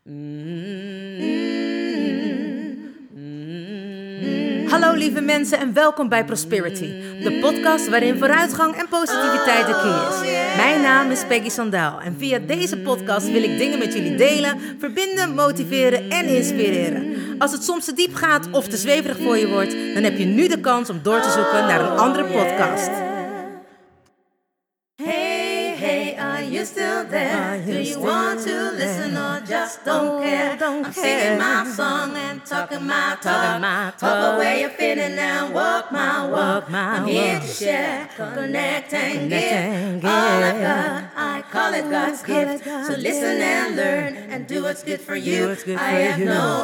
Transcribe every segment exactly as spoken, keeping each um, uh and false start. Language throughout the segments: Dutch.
Hallo lieve mensen en welkom bij Prosperity, de podcast waarin vooruitgang en positiviteit de key is. Mijn naam is Peggy Sandaal en via deze podcast wil ik dingen met jullie delen, verbinden, motiveren en inspireren. Als het soms te diep gaat of te zweverig voor je wordt, dan heb je nu de kans om door te zoeken naar een andere podcast. Hey, hey, are you still there? Do you want to listen or just don't care? I'm singing my song and talking my talk. Talk away your feeling and walk my walk. I'm here to share, connect and give. All I've got, I call it God's gift. So listen and learn and do what's good for you. I have no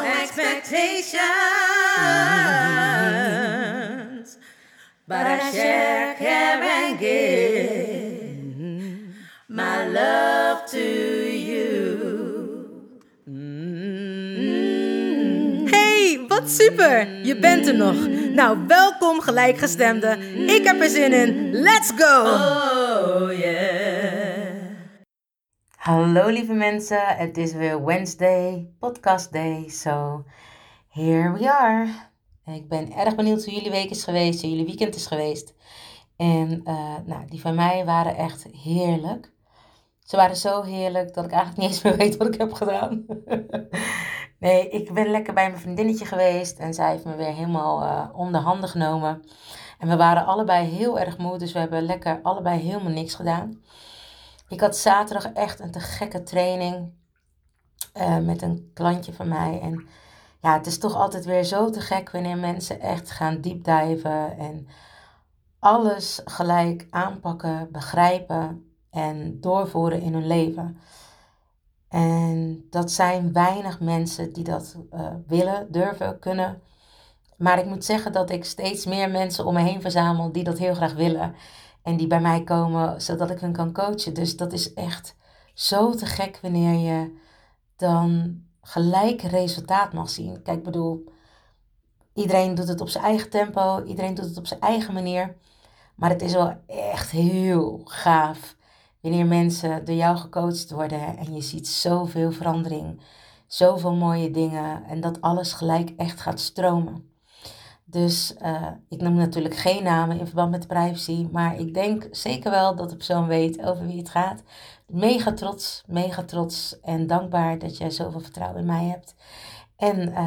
expectations, but I share, care and give my love to you. Hey, wat super! Je bent er nog. Nou, welkom gelijkgestemden. Ik heb er zin in. Let's go! Oh yeah. Hallo lieve mensen, het is weer Wednesday, podcast day, so here we are. Ik ben erg benieuwd hoe jullie week is geweest, hoe jullie weekend is geweest. En uh, nou, die van mij waren echt heerlijk. Ze waren zo heerlijk dat ik eigenlijk niet eens meer weet wat ik heb gedaan. Nee, ik ben lekker bij mijn vriendinnetje geweest en zij heeft me weer helemaal uh, onder handen genomen. En we waren allebei heel erg moe, dus we hebben lekker allebei helemaal niks gedaan. Ik had zaterdag echt een te gekke training uh, met een klantje van mij. En ja, het is toch altijd weer zo te gek wanneer mensen echt gaan deepdiven en alles gelijk aanpakken, begrijpen en doorvoeren in hun leven. En dat zijn weinig mensen die dat uh, willen, durven, kunnen. Maar ik moet zeggen dat ik steeds meer mensen om me heen verzamel die dat heel graag willen. En die bij mij komen zodat ik hun kan coachen. Dus dat is echt zo te gek wanneer je dan gelijk resultaat mag zien. Kijk, ik bedoel, iedereen doet het op zijn eigen tempo. Iedereen doet het op zijn eigen manier. Maar het is wel echt heel gaaf wanneer mensen door jou gecoacht worden en je ziet zoveel verandering, zoveel mooie dingen en dat alles gelijk echt gaat stromen. Dus uh, ik noem natuurlijk geen namen in verband met de privacy, maar ik denk zeker wel dat de persoon weet over wie het gaat. Mega trots, mega trots en dankbaar dat jij zoveel vertrouwen in mij hebt. En uh,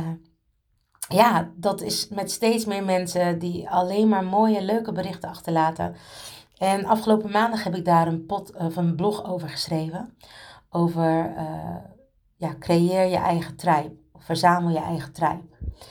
ja, dat is met steeds meer mensen die alleen maar mooie, leuke berichten achterlaten. En afgelopen maandag heb ik daar een, pod, of een blog over geschreven. Over uh, ja, creëer je eigen tribe. Verzamel je eigen tribe.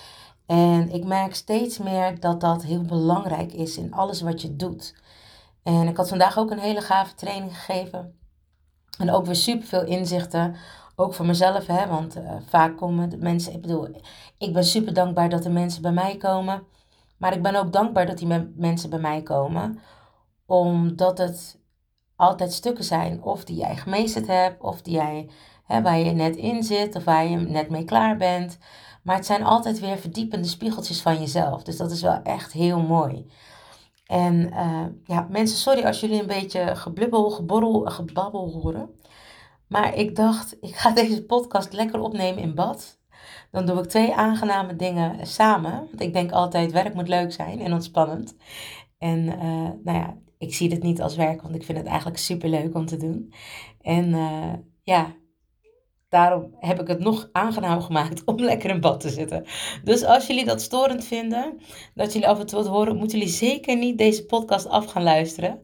En ik merk steeds meer dat dat heel belangrijk is in alles wat je doet. En ik had vandaag ook een hele gave training gegeven. En ook weer superveel inzichten. Ook voor mezelf, hè, want uh, vaak komen de mensen... Ik bedoel, ik ben super dankbaar dat de mensen bij mij komen. Maar ik ben ook dankbaar dat die me- mensen bij mij komen. Omdat het altijd stukken zijn. Of die jij gemeesterd hebt. Of die jij, hè, waar je net in zit. Of waar je net mee klaar bent. Maar het zijn altijd weer verdiepende spiegeltjes van jezelf. Dus dat is wel echt heel mooi. En uh, ja, mensen, sorry als jullie een beetje geblubbel, geborrel, gebabbel horen. Maar ik dacht, ik ga deze podcast lekker opnemen in bad. Dan doe ik twee aangename dingen samen. Want ik denk altijd, werk moet leuk zijn en ontspannend. En uh, nou ja, ik zie dit niet als werk, want ik vind het eigenlijk super leuk om te doen. En uh, ja, daarom heb ik het nog aangenaam gemaakt om lekker in bad te zitten. Dus als jullie dat storend vinden, dat jullie af en toe wat horen, moeten jullie zeker niet deze podcast af gaan luisteren.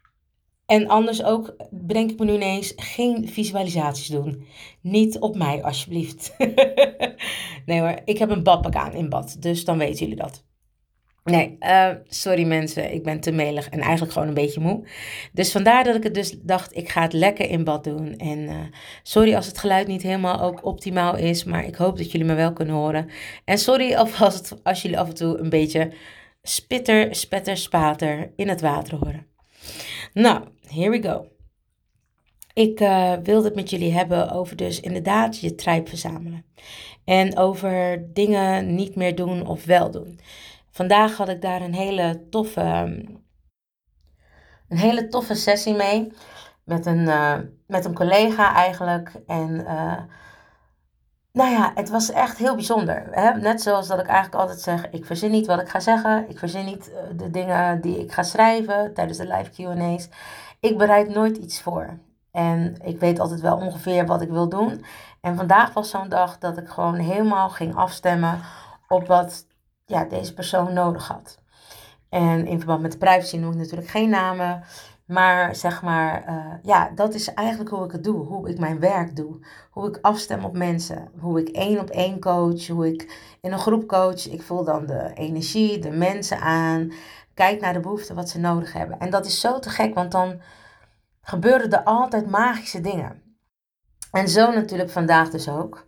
En anders ook, bedenk ik me nu ineens, geen visualisaties doen. Niet op mij, alsjeblieft. Nee hoor, ik heb een badpak aan in bad, dus dan weten jullie dat. Nee, uh, sorry mensen, ik ben te melig en eigenlijk gewoon een beetje moe. Dus vandaar dat ik het dus dacht, ik ga het lekker in bad doen. En uh, sorry als het geluid niet helemaal ook optimaal is, maar ik hoop dat jullie me wel kunnen horen. En sorry als, als jullie af en toe een beetje spitter, spetter, spater in het water horen. Nou, here we go. Ik uh, wilde het met jullie hebben over dus inderdaad je tribe verzamelen. En over dingen niet meer doen of wel doen. Vandaag had ik daar een hele toffe, een hele toffe sessie mee. Met een, uh, met een collega eigenlijk. En uh, nou ja, het was echt heel bijzonder. Hè? Net zoals dat ik eigenlijk altijd zeg, ik verzin niet wat ik ga zeggen. Ik verzin niet uh, de dingen die ik ga schrijven tijdens de live Q en A's. Ik bereid nooit iets voor. En ik weet altijd wel ongeveer wat ik wil doen. En vandaag was zo'n dag dat ik gewoon helemaal ging afstemmen op wat ja, deze persoon nodig had. En in verband met de privacy noem ik natuurlijk geen namen. Maar zeg maar, uh, ja, dat is eigenlijk hoe ik het doe. Hoe ik mijn werk doe. Hoe ik afstem op mensen. Hoe ik één op één coach. Hoe ik in een groep coach. Ik voel dan de energie, de mensen aan. Kijk naar de behoeften, wat ze nodig hebben. En dat is zo te gek, want dan gebeuren er altijd magische dingen. En zo natuurlijk vandaag dus ook.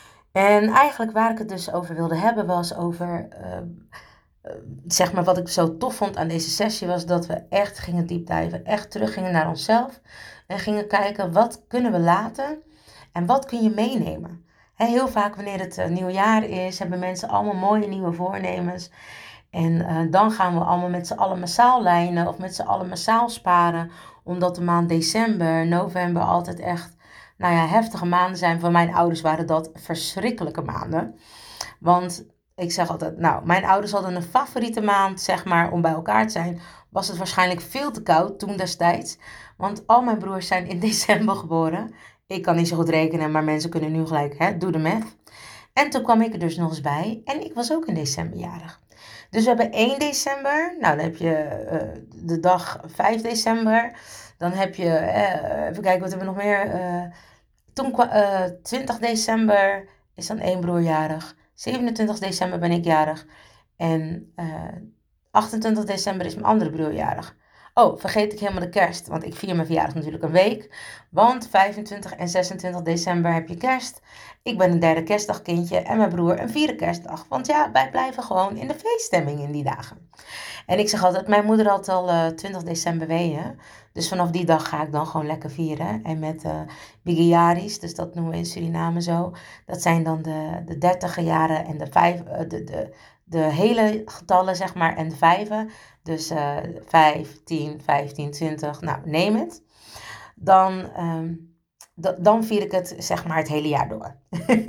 En eigenlijk waar ik het dus over wilde hebben was over... Uh, uh, zeg maar wat ik zo tof vond aan deze sessie was dat we echt gingen deepdiven. Echt terug gingen naar onszelf. En gingen kijken wat kunnen we laten en wat kun je meenemen. He, heel vaak wanneer het uh, nieuwjaar is hebben mensen allemaal mooie nieuwe voornemens. En uh, dan gaan we allemaal met z'n allen massaal lijnen of met z'n allen massaal sparen. Omdat de maand december, november altijd echt nou ja, heftige maanden zijn. Voor mijn ouders waren dat verschrikkelijke maanden. Want ik zeg altijd, nou, mijn ouders hadden een favoriete maand, zeg maar, om bij elkaar te zijn. Was het waarschijnlijk veel te koud toen destijds. Want al mijn broers zijn in december geboren. Ik kan niet zo goed rekenen, maar mensen kunnen nu gelijk, hè, doe de math. En toen kwam ik er dus nog eens bij. En ik was ook in december jarig. Dus we hebben één december. Nou, dan heb je uh, de dag vijf december. Dan heb je, uh, even kijken, wat hebben we nog meer? Uh, toen uh, twintig december is dan één broer jarig. zevenentwintig december ben ik jarig. En uh, achtentwintig december is mijn andere broer jarig. Oh, vergeet ik helemaal de kerst. Want ik vier mijn verjaardag natuurlijk een week. Want vijfentwintig en zesentwintig december heb je kerst. Ik ben een derde kerstdagkindje. En mijn broer een vierde kerstdag. Want ja, wij blijven gewoon in de feeststemming in die dagen. En ik zeg altijd, mijn moeder had al uh, twintig december weeën. Dus vanaf die dag ga ik dan gewoon lekker vieren. En met uh, Bigiaris, dus dat noemen we in Suriname zo. Dat zijn dan de, de dertiger jaren en de, vijf, uh, de, de, de hele getallen, zeg maar, en de vijven. Dus uh, vijf, tien, vijftien, twintig, nou, neem het. Dan, um, d- dan vier ik het, zeg maar, het hele jaar door.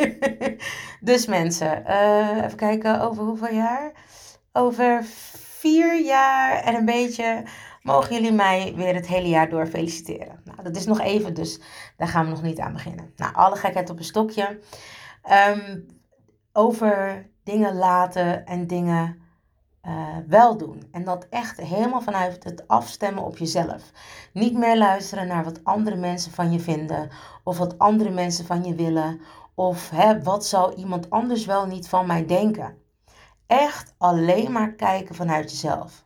Dus mensen, uh, even kijken, over hoeveel jaar? Over vier jaar en een beetje mogen jullie mij weer het hele jaar door feliciteren. Nou, dat is nog even, dus daar gaan we nog niet aan beginnen. Nou, alle gekheid op een stokje. Um, over dingen laten en dingen uh, wel doen. En dat echt helemaal vanuit het afstemmen op jezelf. Niet meer luisteren naar wat andere mensen van je vinden. Of wat andere mensen van je willen. Of hè, wat zal iemand anders wel niet van mij denken. Echt alleen maar kijken vanuit jezelf.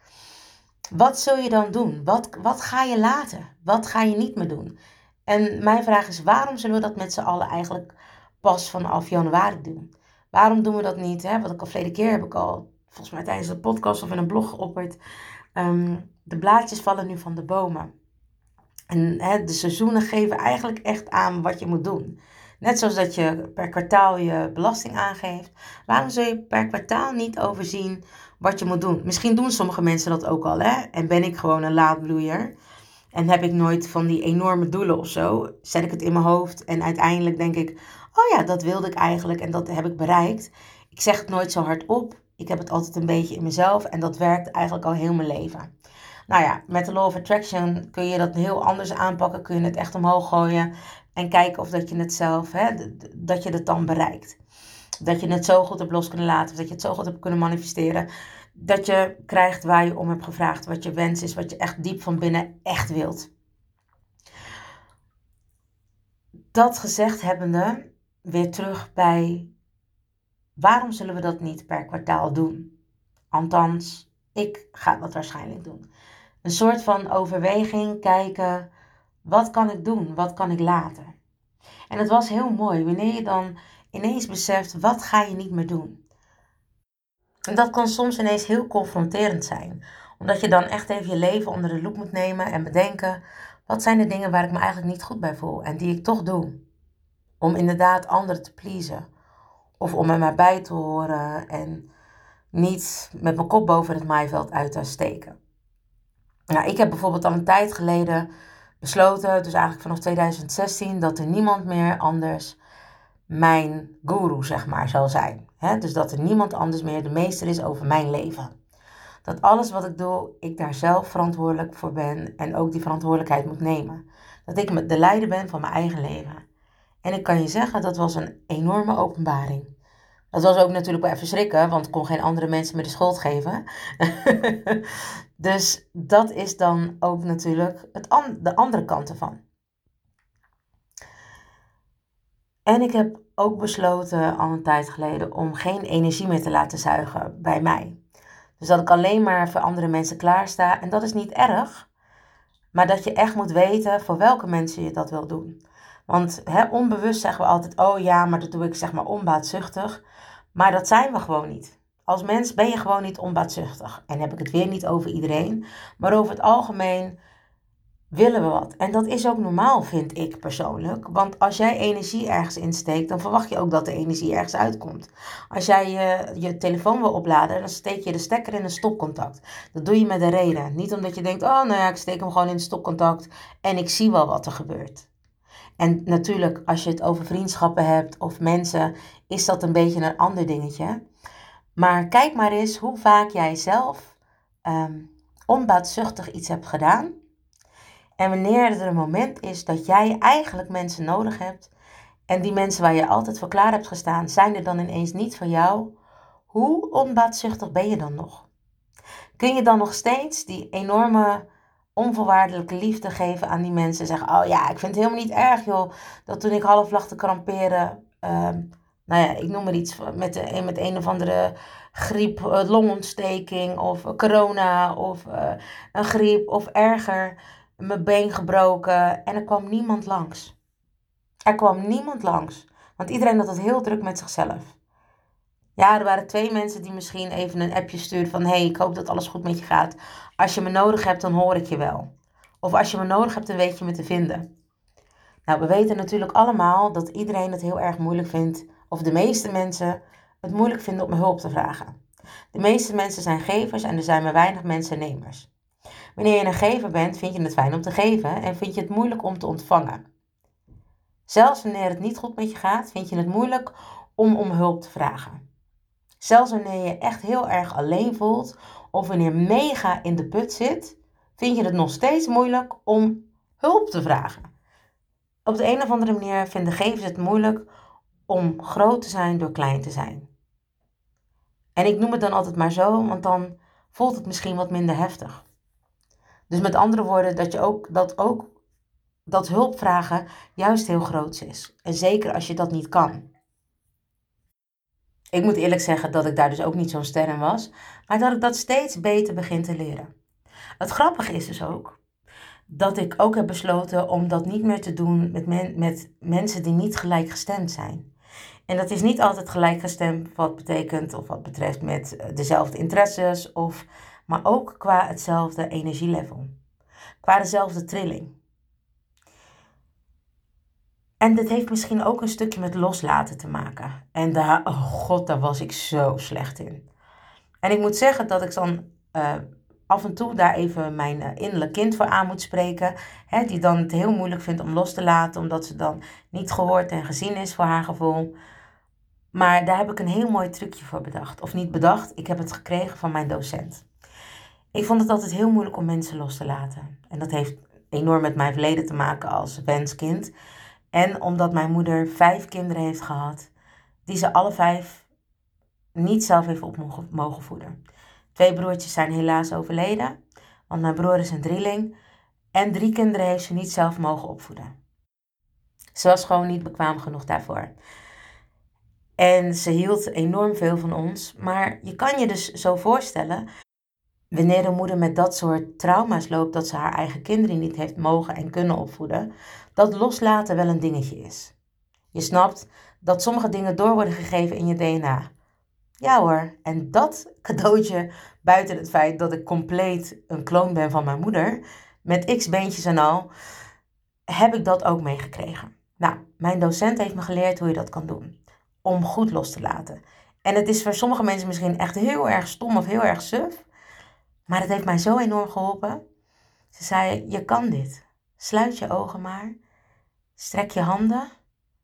Wat zul je dan doen? Wat, wat ga je laten? Wat ga je niet meer doen? En mijn vraag is, waarom zullen we dat met z'n allen eigenlijk pas vanaf januari doen? Waarom doen we dat niet? Hè? Wat ik al verleden keer heb ik al, volgens mij tijdens de podcast of in een blog geopperd. Um, de blaadjes vallen nu van de bomen. En hè, de seizoenen geven eigenlijk echt aan wat je moet doen. Net zoals dat je per kwartaal je belasting aangeeft. Waarom zul je per kwartaal niet overzien wat je moet doen? Misschien doen sommige mensen dat ook al, hè? En ben ik gewoon een laadbloeier. En heb ik nooit van die enorme doelen of zo. Zet ik het in mijn hoofd en uiteindelijk denk ik, oh ja, dat wilde ik eigenlijk en dat heb ik bereikt. Ik zeg het nooit zo hard op. Ik heb het altijd een beetje in mezelf en dat werkt eigenlijk al heel mijn leven. Nou ja, met de Law of Attraction kun je dat heel anders aanpakken. Kun je het echt omhoog gooien. En kijken of dat je het zelf, hè, dat je het dan bereikt. Dat je het zo goed hebt los kunnen laten. Of dat je het zo goed hebt kunnen manifesteren. Dat je krijgt waar je om hebt gevraagd. Wat je wens is. Wat je echt diep van binnen echt wilt. Dat gezegd hebbende, weer terug bij, waarom zullen we dat niet per kwartaal doen? Althans, ik ga dat waarschijnlijk doen. Een soort van overweging, kijken, wat kan ik doen? Wat kan ik laten? En het was heel mooi, wanneer je dan ineens beseft, wat ga je niet meer doen? En dat kan soms ineens heel confronterend zijn. Omdat je dan echt even je leven onder de loep moet nemen en bedenken, wat zijn de dingen waar ik me eigenlijk niet goed bij voel en die ik toch doe? Om inderdaad anderen te pleasen. Of om er maar bij te horen en niet met mijn kop boven het maaiveld uit te steken. Nou, ik heb bijvoorbeeld al een tijd geleden besloten, dus eigenlijk vanaf tweeduizend zestien, dat er niemand meer anders mijn guru, zeg maar, zal zijn. He, dus dat er niemand anders meer de meester is over mijn leven. Dat alles wat ik doe, ik daar zelf verantwoordelijk voor ben en ook die verantwoordelijkheid moet nemen. Dat ik de leider ben van mijn eigen leven. En ik kan je zeggen, dat was een enorme openbaring. Dat was ook natuurlijk wel even schrikken, want ik kon geen andere mensen meer de schuld geven. Dus dat is dan ook natuurlijk het an- de andere kant ervan. En ik heb ook besloten al een tijd geleden om geen energie meer te laten zuigen bij mij. Dus dat ik alleen maar voor andere mensen klaarsta. En dat is niet erg, maar dat je echt moet weten voor welke mensen je dat wil doen. Want hè, onbewust zeggen we altijd, oh ja, maar dat doe ik zeg maar onbaatzuchtig. Maar dat zijn we gewoon niet. Als mens ben je gewoon niet onbaatzuchtig. En heb ik het weer niet over iedereen, maar over het algemeen willen we wat. En dat is ook normaal, vind ik persoonlijk. Want als jij energie ergens insteekt, dan verwacht je ook dat de energie ergens uitkomt. Als jij je, je telefoon wil opladen, dan steek je de stekker in een stopcontact. Dat doe je met een reden. Niet omdat je denkt, oh nou ja, ik steek hem gewoon in het stopcontact en ik zie wel wat er gebeurt. En natuurlijk, als je het over vriendschappen hebt of mensen, is dat een beetje een ander dingetje. Maar kijk maar eens hoe vaak jij zelf um, onbaatzuchtig iets hebt gedaan. En wanneer er een moment is dat jij eigenlijk mensen nodig hebt en die mensen waar je altijd voor klaar hebt gestaan, zijn er dan ineens niet voor jou, hoe onbaatzuchtig ben je dan nog? Kun je dan nog steeds die enorme onvoorwaardelijke liefde geven aan die mensen en zeggen, oh ja, ik vind het helemaal niet erg joh, dat toen ik half lag te kramperen, uh, nou ja, ik noem maar iets, met, de, met een of andere griep, uh, longontsteking of uh, corona of uh, een griep of erger, mijn been gebroken en er kwam niemand langs. Er kwam niemand langs, want iedereen had het heel druk met zichzelf. Ja, er waren twee mensen die misschien even een appje stuurden van, hey, ik hoop dat alles goed met je gaat. Als je me nodig hebt, dan hoor ik je wel. Of als je me nodig hebt, dan weet je me te vinden. Nou, we weten natuurlijk allemaal dat iedereen het heel erg moeilijk vindt, of de meeste mensen het moeilijk vinden om hulp te vragen. De meeste mensen zijn gevers en er zijn maar weinig mensen nemers. Wanneer je een gever bent, vind je het fijn om te geven en vind je het moeilijk om te ontvangen. Zelfs wanneer het niet goed met je gaat, vind je het moeilijk om om hulp te vragen. Zelfs wanneer je echt heel erg alleen voelt of wanneer je mega in de put zit, vind je het nog steeds moeilijk om hulp te vragen. Op de een of andere manier vinden gevers het moeilijk om groot te zijn door klein te zijn. En ik noem het dan altijd maar zo, want dan voelt het misschien wat minder heftig. Dus met andere woorden, dat je ook dat ook dat hulp vragen juist heel groot is. En zeker als je dat niet kan. Ik moet eerlijk zeggen dat ik daar dus ook niet zo'n ster in was, maar dat ik dat steeds beter begin te leren. Het grappige is dus ook dat ik ook heb besloten om dat niet meer te doen met, men, met mensen die niet gelijkgestemd zijn. En dat is niet altijd gelijkgestemd wat betekent of wat betreft met dezelfde interesses, of, maar ook qua hetzelfde energielevel, qua dezelfde trilling. En dit heeft misschien ook een stukje met loslaten te maken. En daar, oh god, daar was ik zo slecht in. En ik moet zeggen dat ik dan uh, af en toe daar even mijn uh, innerlijk kind voor aan moet spreken. Hè, die dan het heel moeilijk vindt om los te laten, omdat ze dan niet gehoord en gezien is voor haar gevoel. Maar daar heb ik een heel mooi trucje voor bedacht. Of niet bedacht, ik heb het gekregen van mijn docent. Ik vond het altijd heel moeilijk om mensen los te laten. En dat heeft enorm met mijn verleden te maken als wenskind. En omdat mijn moeder vijf kinderen heeft gehad, die ze alle vijf niet zelf heeft op mogen, mogen voeden. Twee broertjes zijn helaas overleden, want mijn broer is een drieling. En drie kinderen heeft ze niet zelf mogen opvoeden. Ze was gewoon niet bekwaam genoeg daarvoor. En ze hield enorm veel van ons. Maar je kan je dus zo voorstellen, wanneer een moeder met dat soort trauma's loopt, dat ze haar eigen kinderen niet heeft mogen en kunnen opvoeden, dat loslaten wel een dingetje is. Je snapt dat sommige dingen door worden gegeven in je D N A. Ja hoor, en dat cadeautje, buiten het feit dat ik compleet een kloon ben van mijn moeder, met x beentjes en al, heb ik dat ook meegekregen. Nou, mijn docent heeft me geleerd hoe je dat kan doen, om goed los te laten. En het is voor sommige mensen misschien echt heel erg stom of heel erg suf, maar het heeft mij zo enorm geholpen. Ze zei, je kan dit. Sluit je ogen maar, strek je handen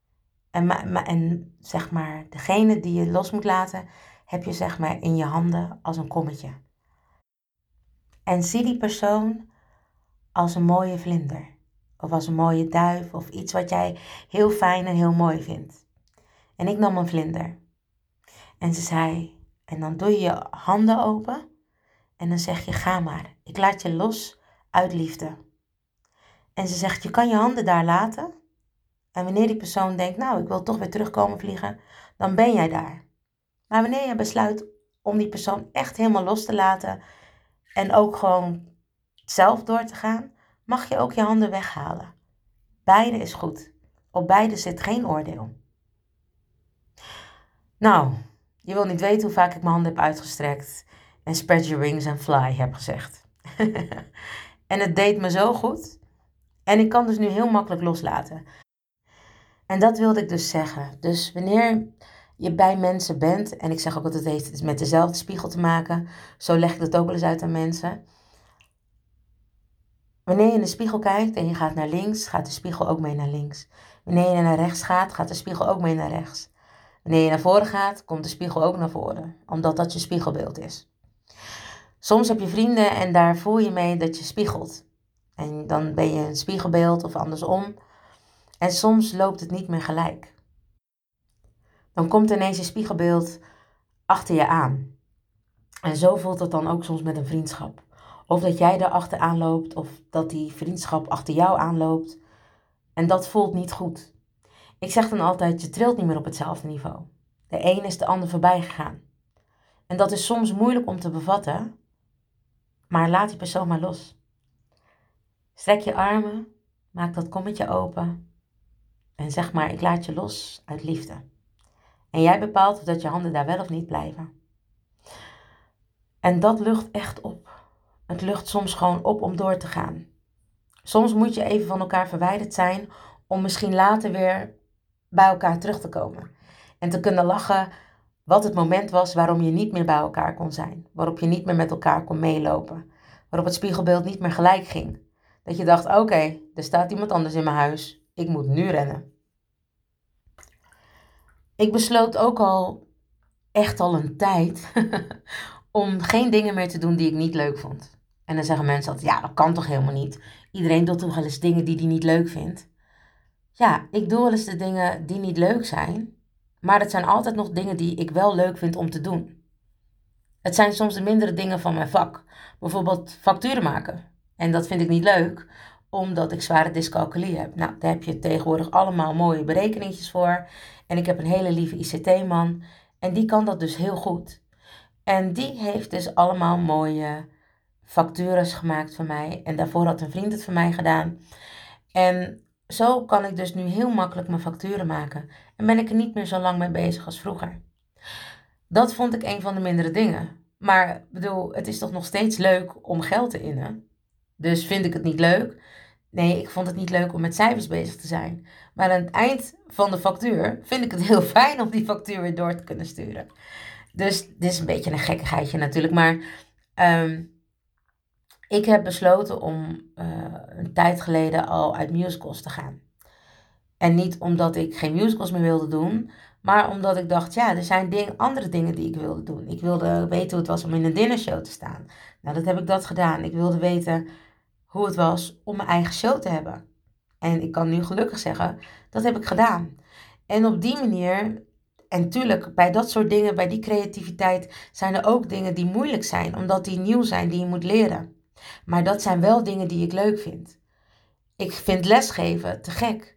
En, ma- ma- en zeg maar, degene die je los moet laten, heb je zeg maar in je handen als een kommetje. En zie die persoon als een mooie vlinder. Of als een mooie duif of iets wat jij heel fijn en heel mooi vindt. En ik nam een vlinder. En ze zei, en dan doe je je handen open en dan zeg je, ga maar. Ik laat je los uit liefde. En ze zegt, je kan je handen daar laten. En wanneer die persoon denkt, nou, ik wil toch weer terugkomen vliegen, dan ben jij daar. Maar wanneer je besluit om die persoon echt helemaal los te laten en ook gewoon zelf door te gaan, mag je ook je handen weghalen. Beide is goed. Op beide zit geen oordeel. Nou, je wil niet weten hoe vaak ik mijn handen heb uitgestrekt en spread your wings and fly heb gezegd. En het deed me zo goed. En ik kan dus nu heel makkelijk loslaten. En dat wilde ik dus zeggen. Dus wanneer je bij mensen bent, en ik zeg ook dat het heeft met dezelfde spiegel te maken, zo leg ik dat ook wel eens uit aan mensen. Wanneer je in de spiegel kijkt en je gaat naar links, gaat de spiegel ook mee naar links. Wanneer je naar rechts gaat, gaat de spiegel ook mee naar rechts. Wanneer je naar voren gaat, komt de spiegel ook naar voren, omdat dat je spiegelbeeld is. Soms heb je vrienden en daar voel je mee dat je spiegelt. En dan ben je een spiegelbeeld of andersom. En soms loopt het niet meer gelijk. Dan komt ineens je spiegelbeeld achter je aan. En zo voelt het dan ook soms met een vriendschap. Of dat jij er achteraan loopt, of dat die vriendschap achter jou aanloopt. En dat voelt niet goed. Ik zeg dan altijd, je trilt niet meer op hetzelfde niveau. De een is de ander voorbij gegaan. En dat is soms moeilijk om te bevatten, maar laat die persoon maar los. Strek je armen, maak dat kommetje open en zeg maar, ik laat je los uit liefde. En jij bepaalt of dat je handen daar wel of niet blijven. En dat lucht echt op. Het lucht soms gewoon op om door te gaan. Soms moet je even van elkaar verwijderd zijn om misschien later weer bij elkaar terug te komen. En te kunnen lachen wat het moment was waarom je niet meer bij elkaar kon zijn. Waarop je niet meer met elkaar kon meelopen. Waarop het spiegelbeeld niet meer gelijk ging. Dat je dacht, oké, okay, er staat iemand anders in mijn huis. Ik moet nu rennen. Ik besloot ook al echt al een tijd om geen dingen meer te doen die ik niet leuk vond. En dan zeggen mensen altijd, ja, dat kan toch helemaal niet. Iedereen doet toch wel eens dingen die hij niet leuk vindt. Ja, ik doe wel eens de dingen die niet leuk zijn. Maar het zijn altijd nog dingen die ik wel leuk vind om te doen. Het zijn soms de mindere dingen van mijn vak. Bijvoorbeeld facturen maken. En dat vind ik niet leuk, omdat ik zware dyscalculie heb. Nou, daar heb je tegenwoordig allemaal mooie berekeningetjes voor. En ik heb een hele lieve I C T-man. En die kan dat dus heel goed. En die heeft dus allemaal mooie factures gemaakt voor mij. En daarvoor had een vriend het voor mij gedaan. En zo kan ik dus nu heel makkelijk mijn facturen maken. En ben ik er niet meer zo lang mee bezig als vroeger. Dat vond ik een van de mindere dingen. Maar bedoel, het is toch nog steeds leuk om geld te innen. Dus vind ik het niet leuk? Nee, ik vond het niet leuk om met cijfers bezig te zijn. Maar aan het eind van de factuur vind ik het heel fijn om die factuur weer door te kunnen sturen. Dus dit is een beetje een gekkigheidje natuurlijk. Maar um, ik heb besloten om uh, een tijd geleden al uit musicals te gaan. En niet omdat ik geen musicals meer wilde doen, maar omdat ik dacht, ja, er zijn ding, andere dingen die ik wilde doen. Ik wilde weten hoe het was om in een dinnershow te staan. Nou, dat heb ik dat gedaan. Ik wilde weten hoe het was om mijn eigen show te hebben. En ik kan nu gelukkig zeggen, dat heb ik gedaan. En op die manier, en tuurlijk, bij dat soort dingen, bij die creativiteit, zijn er ook dingen die moeilijk zijn, omdat die nieuw zijn, die je moet leren. Maar dat zijn wel dingen die ik leuk vind. Ik vind lesgeven te gek.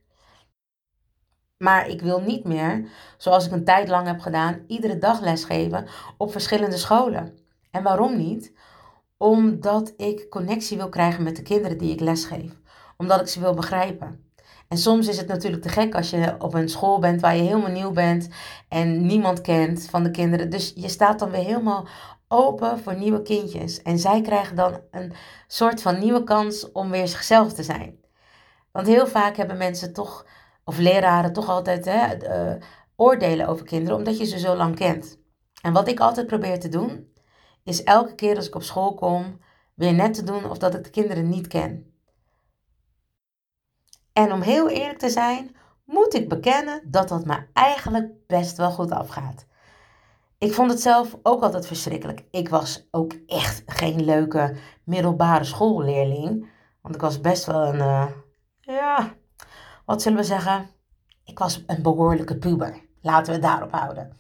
Maar ik wil niet meer, zoals ik een tijd lang heb gedaan, iedere dag lesgeven op verschillende scholen. En waarom niet? Omdat ik connectie wil krijgen met de kinderen die ik lesgeef. Omdat ik ze wil begrijpen. En soms is het natuurlijk te gek als je op een school bent waar je helemaal nieuw bent en niemand kent van de kinderen. Dus je staat dan weer helemaal open voor nieuwe kindjes. En zij krijgen dan een soort van nieuwe kans om weer zichzelf te zijn. Want heel vaak hebben mensen toch, of leraren toch altijd hè, uh, oordelen over kinderen, omdat je ze zo lang kent. En wat ik altijd probeer te doen, is elke keer als ik op school kom, weer net te doen of dat ik de kinderen niet ken. En om heel eerlijk te zijn, moet ik bekennen dat dat me eigenlijk best wel goed afgaat. Ik vond het zelf ook altijd verschrikkelijk. Ik was ook echt geen leuke middelbare schoolleerling. Want ik was best wel een, uh, ja, wat zullen we zeggen? Ik was een behoorlijke puber. Laten we het daarop houden.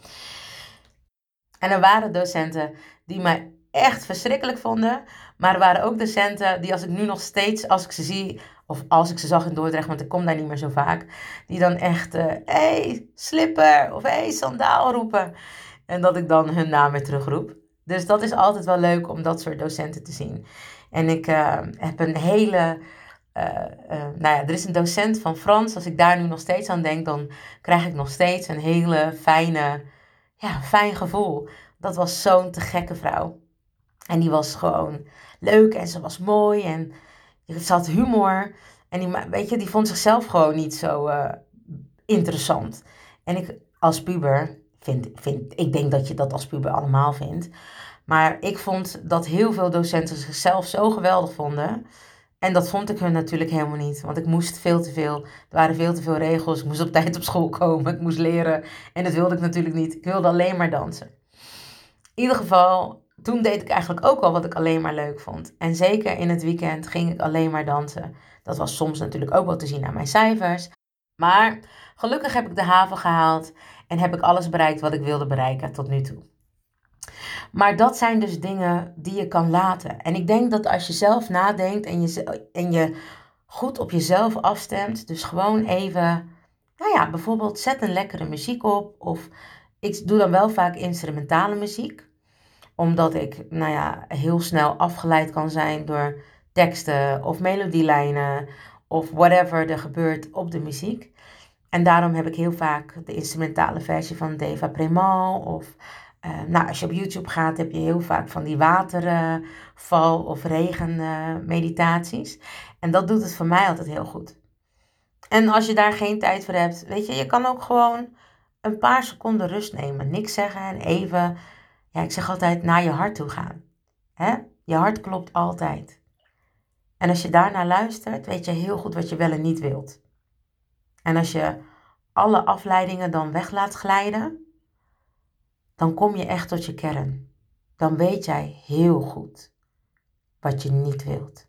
En er waren docenten die mij echt verschrikkelijk vonden. Maar er waren ook docenten die, als ik nu nog steeds, als ik ze zie, of als ik ze zag in Dordrecht, want ik kom daar niet meer zo vaak, die dan echt, hé, uh, hey, slipper, of hé, hey, sandaal roepen. En dat ik dan hun naam weer terugroep. Dus dat is altijd wel leuk om dat soort docenten te zien. En ik uh, heb een hele... Uh, uh, nou ja, er is een docent van Frans. Als ik daar nu nog steeds aan denk, dan krijg ik nog steeds een hele fijne, ja, fijn gevoel. Dat was zo'n te gekke vrouw. En die was gewoon leuk en ze was mooi en ze had humor. En die, weet je, die vond zichzelf gewoon niet zo uh, interessant. En ik als puber, vind, vind, ik denk dat je dat als puber allemaal vindt. Maar ik vond dat heel veel docenten zichzelf zo geweldig vonden. En dat vond ik hun natuurlijk helemaal niet. Want ik moest veel te veel. Er waren veel te veel regels. Ik moest op tijd op school komen. Ik moest leren. En dat wilde ik natuurlijk niet. Ik wilde alleen maar dansen. In ieder geval, toen deed ik eigenlijk ook al wat ik alleen maar leuk vond. En zeker in het weekend ging ik alleen maar dansen. Dat was soms natuurlijk ook wel te zien aan mijn cijfers. Maar gelukkig heb ik de haven gehaald. En heb ik alles bereikt wat ik wilde bereiken tot nu toe. Maar dat zijn dus dingen die je kan laten. En ik denk dat als je zelf nadenkt en je, en je goed op jezelf afstemt. Dus gewoon even, nou ja, bijvoorbeeld zet een lekkere muziek op. Of ik doe dan wel vaak instrumentale muziek. Omdat ik, nou ja, heel snel afgeleid kan zijn door teksten of melodielijnen. Of whatever er gebeurt op de muziek. En daarom heb ik heel vaak de instrumentale versie van Deva Premal of... Uh, nou, als je op YouTube gaat, heb je heel vaak van die waterval- of regenmeditaties. Uh, en dat doet het voor mij altijd heel goed. En als je daar geen tijd voor hebt, weet je, je kan ook gewoon een paar seconden rust nemen. Niks zeggen en even, ja, ik zeg altijd, naar je hart toe gaan. Hè? Je hart klopt altijd. En als je daarnaar luistert, weet je heel goed wat je wel en niet wilt. En als je alle afleidingen dan weg laat glijden, dan kom je echt tot je kern. Dan weet jij heel goed wat je niet wilt.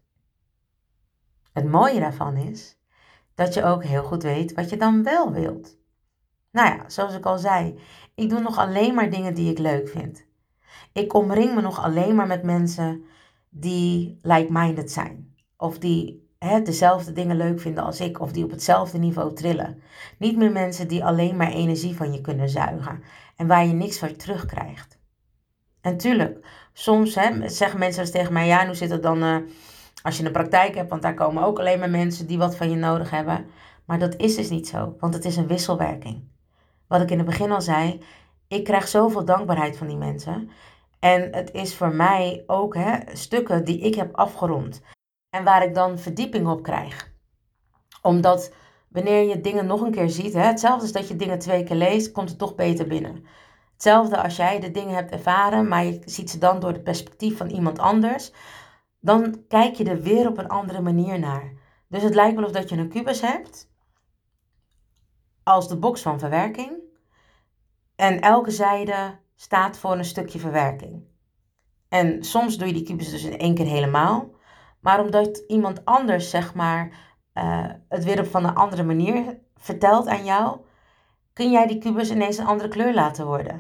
Het mooie daarvan is dat je ook heel goed weet wat je dan wel wilt. Nou ja, zoals ik al zei, ik doe nog alleen maar dingen die ik leuk vind. Ik omring me nog alleen maar met mensen die like-minded zijn. Of die hè, dezelfde dingen leuk vinden als ik. Of die op hetzelfde niveau trillen. Niet meer mensen die alleen maar energie van je kunnen zuigen. En waar je niks voor terugkrijgt. En tuurlijk, soms hè, zeggen mensen dus tegen mij, ja, en hoe zit het dan uh, als je een praktijk hebt, want daar komen ook alleen maar mensen die wat van je nodig hebben. Maar dat is dus niet zo, want het is een wisselwerking. Wat ik in het begin al zei, ik krijg zoveel dankbaarheid van die mensen. En het is voor mij ook hè, stukken die ik heb afgerond. En waar ik dan verdieping op krijg. Omdat wanneer je dingen nog een keer ziet, hè, hetzelfde als dat je dingen twee keer leest, komt het toch beter binnen. Hetzelfde als jij de dingen hebt ervaren, maar je ziet ze dan door het perspectief van iemand anders. Dan kijk je er weer op een andere manier naar. Dus het lijkt wel of dat je een kubus hebt. Als de box van verwerking. En elke zijde staat voor een stukje verwerking. En soms doe je die kubus dus in één keer helemaal. Maar omdat iemand anders, zeg maar, uh, het weer op van een andere manier vertelt aan jou, kun jij die kubus ineens een andere kleur laten worden.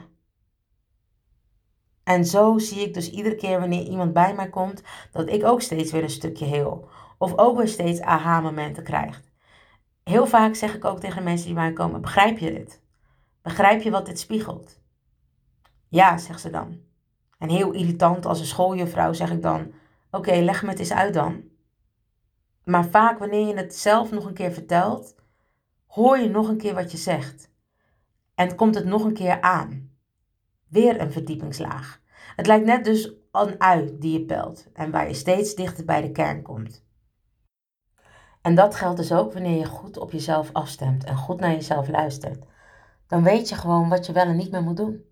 En zo zie ik dus iedere keer wanneer iemand bij mij komt, dat ik ook steeds weer een stukje heel. Of ook weer steeds aha-momenten krijg. Heel vaak zeg ik ook tegen de mensen die bij mij komen, begrijp je dit? Begrijp je wat dit spiegelt? Ja, zegt ze dan. En heel irritant als een schooljuffrouw zeg ik dan, oké, okay, leg me het eens uit dan. Maar vaak wanneer je het zelf nog een keer vertelt, hoor je nog een keer wat je zegt. En komt het nog een keer aan. Weer een verdiepingslaag. Het lijkt net dus een ui die je pelt en waar je steeds dichter bij de kern komt. En dat geldt dus ook wanneer je goed op jezelf afstemt en goed naar jezelf luistert. Dan weet je gewoon wat je wel en niet meer moet doen.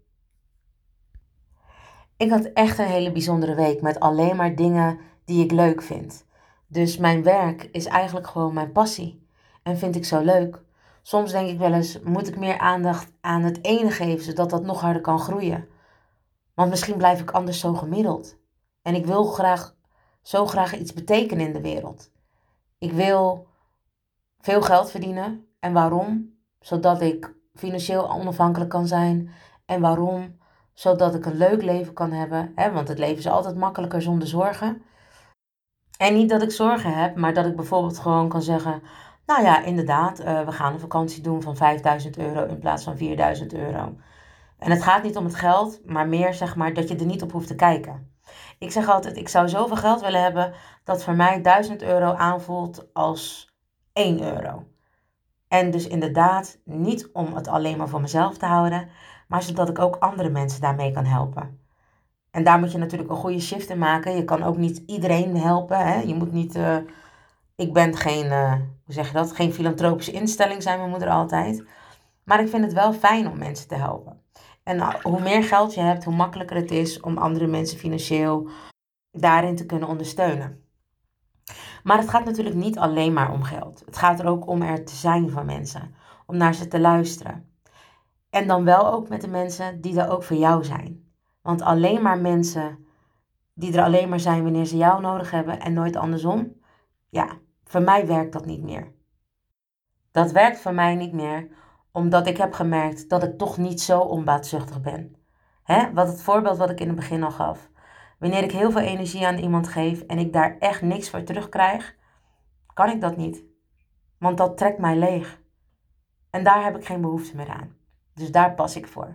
Ik had echt een hele bijzondere week met alleen maar dingen die ik leuk vind. Dus mijn werk is eigenlijk gewoon mijn passie. En vind ik zo leuk. Soms denk ik wel eens, moet ik meer aandacht aan het ene geven, zodat dat nog harder kan groeien? Want misschien blijf ik anders zo gemiddeld. En ik wil graag, zo graag iets betekenen in de wereld. Ik wil veel geld verdienen. En waarom? Zodat ik financieel onafhankelijk kan zijn. En waarom? Zodat ik een leuk leven kan hebben. Hè? Want het leven is altijd makkelijker zonder zorgen. En niet dat ik zorgen heb, maar dat ik bijvoorbeeld gewoon kan zeggen... Nou ja, inderdaad, uh, we gaan een vakantie doen van vijfduizend euro in plaats van vierduizend euro. En het gaat niet om het geld, maar meer zeg maar dat je er niet op hoeft te kijken. Ik zeg altijd, ik zou zoveel geld willen hebben dat voor mij duizend euro aanvoelt als één euro. En dus inderdaad niet om het alleen maar voor mezelf te houden, maar zodat ik ook andere mensen daarmee kan helpen. En daar moet je natuurlijk een goede shift in maken. Je kan ook niet iedereen helpen. Hè? Je moet niet, uh, ik ben geen, uh, hoe zeg je dat, geen filantropische instelling, zei mijn moeder altijd. Maar ik vind het wel fijn om mensen te helpen. En uh, hoe meer geld je hebt, hoe makkelijker het is om andere mensen financieel daarin te kunnen ondersteunen. Maar het gaat natuurlijk niet alleen maar om geld. Het gaat er ook om er te zijn voor mensen. Om naar ze te luisteren. En dan wel ook met de mensen die er ook voor jou zijn. Want alleen maar mensen die er alleen maar zijn wanneer ze jou nodig hebben en nooit andersom. Ja, voor mij werkt dat niet meer. Dat werkt voor mij niet meer, omdat ik heb gemerkt dat ik toch niet zo onbaatzuchtig ben. Hè? Wat het voorbeeld wat ik in het begin al gaf. Wanneer ik heel veel energie aan iemand geef en ik daar echt niks voor terugkrijg, kan ik dat niet. Want dat trekt mij leeg. En daar heb ik geen behoefte meer aan. Dus daar pas ik voor.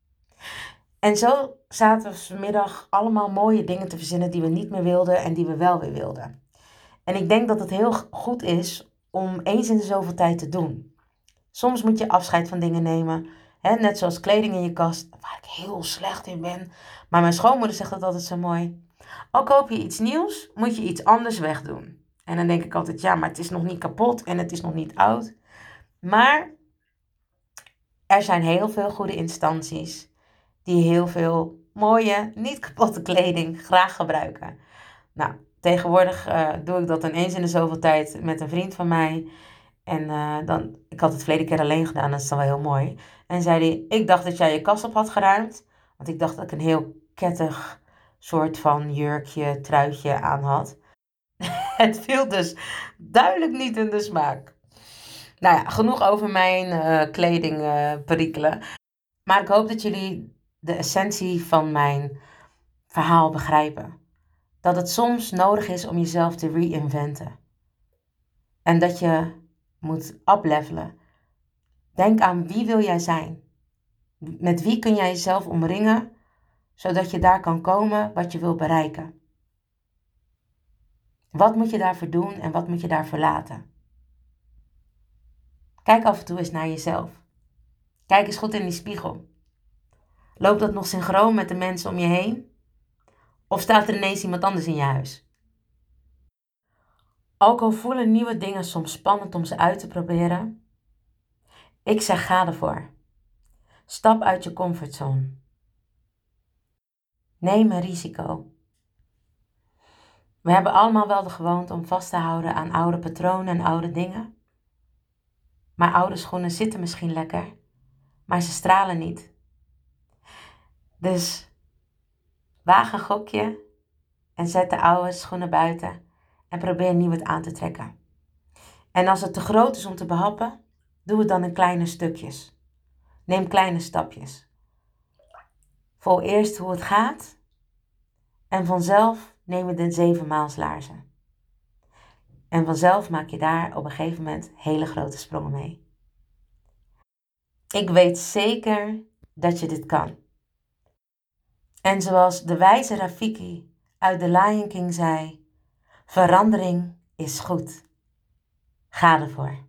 En zo zaten we vanmiddag allemaal mooie dingen te verzinnen die we niet meer wilden en die we wel weer wilden. En ik denk dat het heel goed is om eens in de zoveel tijd te doen. Soms moet je afscheid van dingen nemen. Hè? Net zoals kleding in je kast, waar ik heel slecht in ben. Maar mijn schoonmoeder zegt dat altijd zo mooi. Al koop je iets nieuws, moet je iets anders wegdoen. En dan denk ik altijd, ja, maar het is nog niet kapot en het is nog niet oud. Maar er zijn heel veel goede instanties die heel veel mooie, niet kapotte kleding graag gebruiken. Nou, tegenwoordig uh, doe ik dat dan eens in de zoveel tijd met een vriend van mij. En uh, dan, ik had het verleden keer alleen gedaan, dat is dan wel heel mooi. En zei hij, ik dacht dat jij je kast op had geruimd. Want ik dacht dat ik een heel kettig soort van jurkje, truitje aan had. Het viel dus duidelijk niet in de smaak. Nou ja, genoeg over mijn uh, kleding uh, perikelen. Maar ik hoop dat jullie de essentie van mijn verhaal begrijpen. Dat het soms nodig is om jezelf te reinventen. En dat je moet uplevelen. Denk aan wie wil jij zijn? Met wie kun jij jezelf omringen, zodat je daar kan komen wat je wil bereiken? Wat moet je daarvoor doen en wat moet je daarvoor laten? Kijk af en toe eens naar jezelf. Kijk eens goed in die spiegel. Loopt dat nog synchroon met de mensen om je heen? Of staat er ineens iemand anders in je huis? Ook al voelen nieuwe dingen soms spannend om ze uit te proberen, ik zeg ga ervoor. Stap uit je comfortzone. Neem een risico. We hebben allemaal wel de gewoonte om vast te houden aan oude patronen en oude dingen. Maar oude schoenen zitten misschien lekker, maar ze stralen niet. Dus waag een gokje en zet de oude schoenen buiten en probeer nieuw aan te trekken. En als het te groot is om te behappen, doe het dan in kleine stukjes. Neem kleine stapjes. Voel eerst hoe het gaat en vanzelf neem je de zevenmaalslaarzen. En vanzelf maak je daar op een gegeven moment hele grote sprongen mee. Ik weet zeker dat je dit kan. En zoals de wijze Rafiki uit The Lion King zei, verandering is goed. Ga ervoor.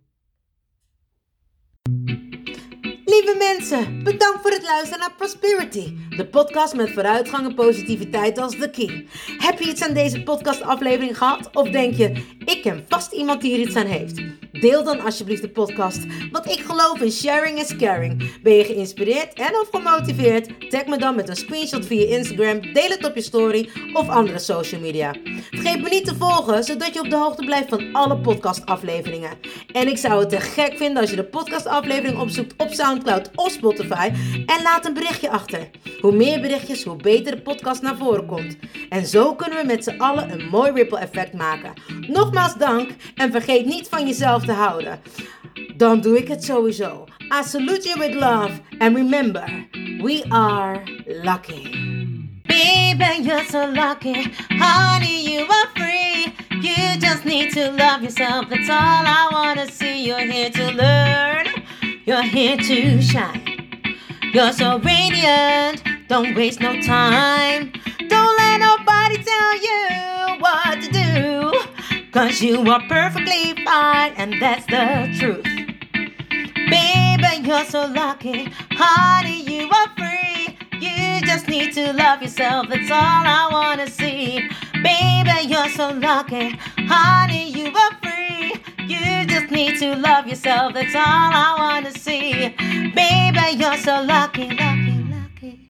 Lieve mensen, bedankt voor het luisteren naar Prosperity, De podcast met vooruitgang en positiviteit als the key. Heb je iets aan deze podcastaflevering gehad? Of denk je, ik ken vast iemand die hier iets aan heeft? Deel dan alsjeblieft de podcast, want ik geloof in sharing is caring. Ben je geïnspireerd en of gemotiveerd? Tag me dan met een screenshot via Instagram, deel het op je story of andere social media. Vergeet me niet te volgen, zodat je op de hoogte blijft van alle podcastafleveringen. En ik zou het te gek vinden als je de podcastaflevering opzoekt op Soundcloud of Spotify en laat een berichtje achter. Hoe meer berichtjes, hoe beter de podcast naar voren komt. En zo kunnen we met z'n allen een mooi ripple effect maken. Nogmaals dank en vergeet niet van jezelf te houden. Dan doe ik het sowieso. I salute you with love and remember, we are lucky. Baby, you're so lucky. Honey, you are free. You just need to love yourself. That's all I wanna see. You're here to learn. You're here to shine. You're so radiant. Don't waste no time. Don't let nobody tell you what to do. Cause you are perfectly fine. And that's the truth. Baby, you're so lucky. Honey, you are free. You just need to love yourself. That's all I wanna see. Baby, you're so lucky. Honey, you are free. You just need to love yourself. That's all I wanna see. Baby, you're so lucky, lucky.